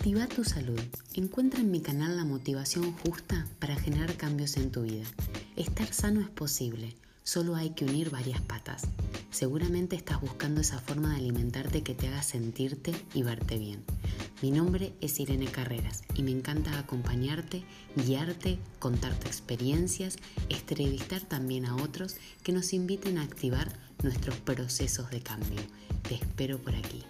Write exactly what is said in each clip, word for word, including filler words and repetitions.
Activa tu salud. Encuentra en mi canal la motivación justa para generar cambios en tu vida. Estar sano es posible, solo hay que unir varias patas. Seguramente estás buscando esa forma de alimentarte que te haga sentirte y verte bien. Mi nombre es Irene Carreras y me encanta acompañarte, guiarte, contarte experiencias, entrevistar también a otros que nos inviten a activar nuestros procesos de cambio. Te espero por aquí.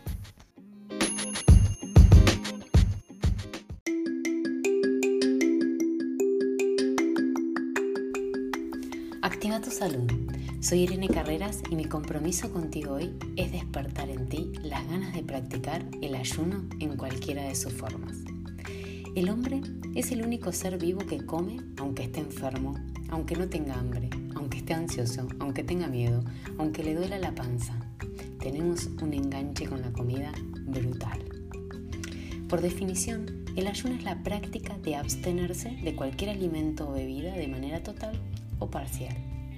Activa tu salud. Soy Irene Carreras y mi compromiso contigo hoy es despertar en ti las ganas de practicar el ayuno en cualquiera de sus formas. El hombre es el único ser vivo que come aunque esté enfermo, aunque no tenga hambre, aunque esté ansioso, aunque tenga miedo, aunque le duela la panza. Tenemos un enganche con la comida brutal. Por definición, el ayuno es la práctica de abstenerse de cualquier alimento o bebida de manera total o parcial.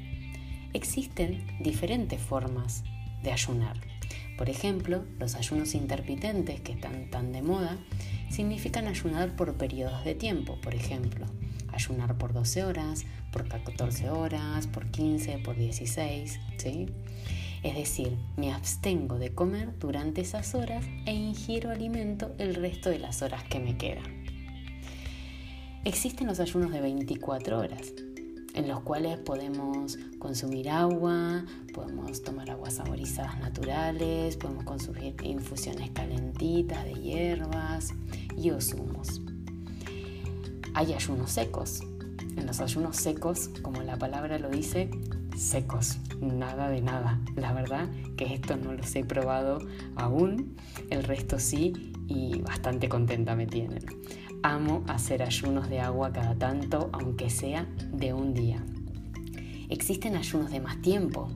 Existen diferentes formas de ayunar. Por ejemplo, los ayunos intermitentes que están tan de moda significan ayunar por periodos de tiempo. Por ejemplo, ayunar por doce horas, por catorce horas, por quince, por dieciséis, ¿sí? Es decir, me abstengo de comer durante esas horas e ingiero alimento el resto de las horas que me quedan. Existen los ayunos de veinticuatro horas, en los cuales podemos consumir agua, podemos tomar aguas saborizadas naturales, podemos consumir infusiones calentitas de hierbas y o zumos. Hay ayunos secos. En los ayunos secos, como la palabra lo dice, secos, nada de nada. La verdad que esto no los he probado aún, el resto sí, y bastante contenta me tienen. Amo hacer ayunos de agua cada tanto, aunque sea de un día. Existen ayunos de más tiempo.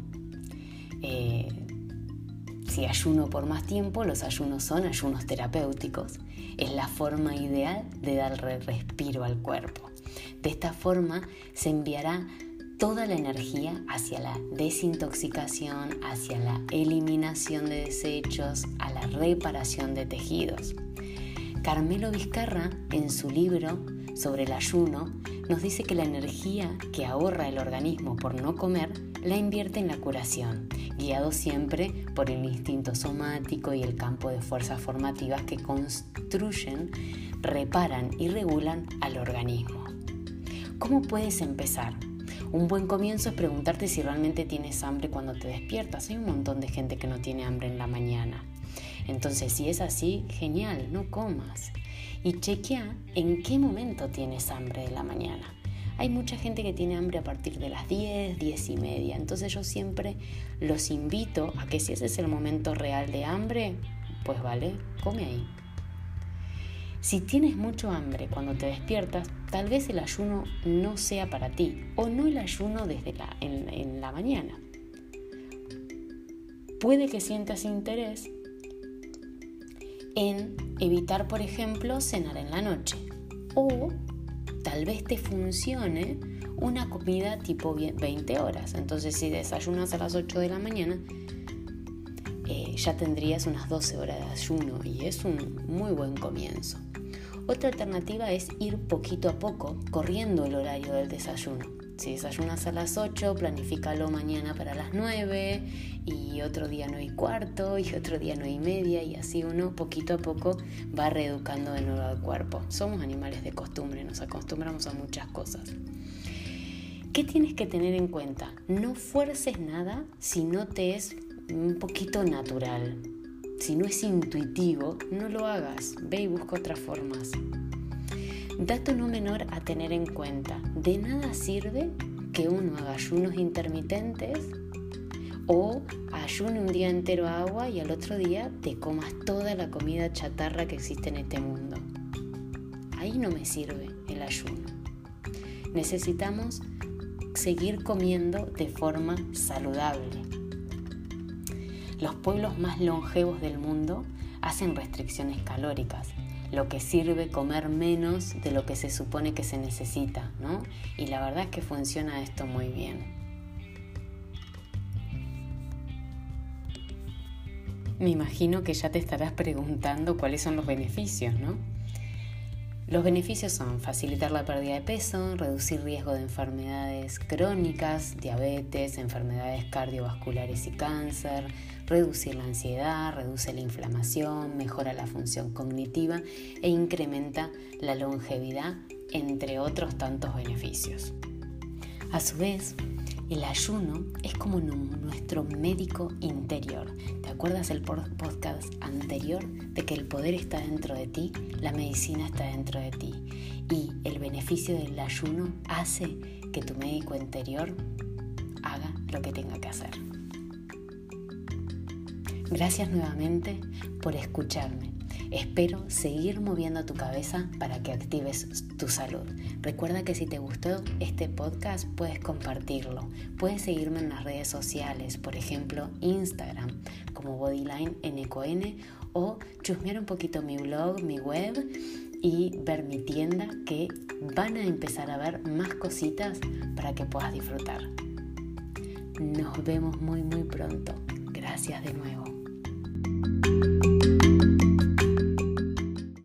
Eh, si ayuno por más tiempo, los ayunos son ayunos terapéuticos. Es la forma ideal de dar respiro al cuerpo. De esta forma se enviará toda la energía hacia la desintoxicación, hacia la eliminación de desechos, a la reparación de tejidos. Carmelo Vizcarra, en su libro sobre el ayuno, nos dice que la energía que ahorra el organismo por no comer la invierte en la curación, guiado siempre por el instinto somático y el campo de fuerzas formativas que construyen, reparan y regulan al organismo. ¿Cómo puedes empezar? Un buen comienzo es preguntarte si realmente tienes hambre cuando te despiertas. Hay un montón de gente que no tiene hambre en la mañana. Entonces, si es así, genial, no comas. Y chequea en qué momento tienes hambre de la mañana. Hay mucha gente que tiene hambre a partir de las diez, diez y media. Entonces yo siempre los invito a que si ese es el momento real de hambre, pues vale, come ahí. Si tienes mucho hambre cuando te despiertas, tal vez el ayuno no sea para ti o no el ayuno desde la, en, en la mañana. Puede que sientas interés en evitar, por ejemplo, cenar en la noche. O tal vez te funcione una comida tipo veinte horas. Entonces, si desayunas a las ocho de la mañana, eh, ya tendrías unas doce horas de ayuno y es un muy buen comienzo. Otra alternativa es ir poquito a poco, corriendo el horario del desayuno. Si desayunas a las ocho, planifícalo mañana para las nueve, y otro día nueve y cuarto, y otro día nueve y media, y así uno poquito a poco va reeducando de nuevo al cuerpo. Somos animales de costumbre, nos acostumbramos a muchas cosas. ¿Qué tienes que tener en cuenta? No fuerces nada si no te es un poquito natural. Si no es intuitivo, no lo hagas. Ve y busca otras formas. Dato no menor a tener en cuenta: de nada sirve que uno haga ayunos intermitentes o ayune un día entero a agua y al otro día te comas toda la comida chatarra que existe en este mundo. Ahí no me sirve el ayuno. Necesitamos seguir comiendo de forma saludable. Los pueblos más longevos del mundo hacen restricciones calóricas, lo que sirve comer menos de lo que se supone que se necesita, ¿no? Y la verdad es que funciona esto muy bien. Me imagino que ya te estarás preguntando cuáles son los beneficios, ¿no? Los beneficios son facilitar la pérdida de peso, reducir riesgo de enfermedades crónicas, diabetes, enfermedades cardiovasculares y cáncer, reducir la ansiedad, reduce la inflamación, mejora la función cognitiva e incrementa la longevidad, entre otros tantos beneficios. A su vez, el ayuno es como nuestro médico interior. ¿Te acuerdas del podcast anterior de que el poder está dentro de ti? La medicina está dentro de ti. Y el beneficio del ayuno hace que tu médico interior haga lo que tenga que hacer. Gracias nuevamente por escucharme. Espero seguir moviendo tu cabeza para que actives tu salud. Recuerda que si te gustó este podcast puedes compartirlo. Puedes seguirme en las redes sociales, por ejemplo Instagram como BodylineNCON, o chusmear un poquito mi blog, mi web y ver mi tienda, que van a empezar a ver más cositas para que puedas disfrutar. Nos vemos muy muy pronto. Gracias de nuevo.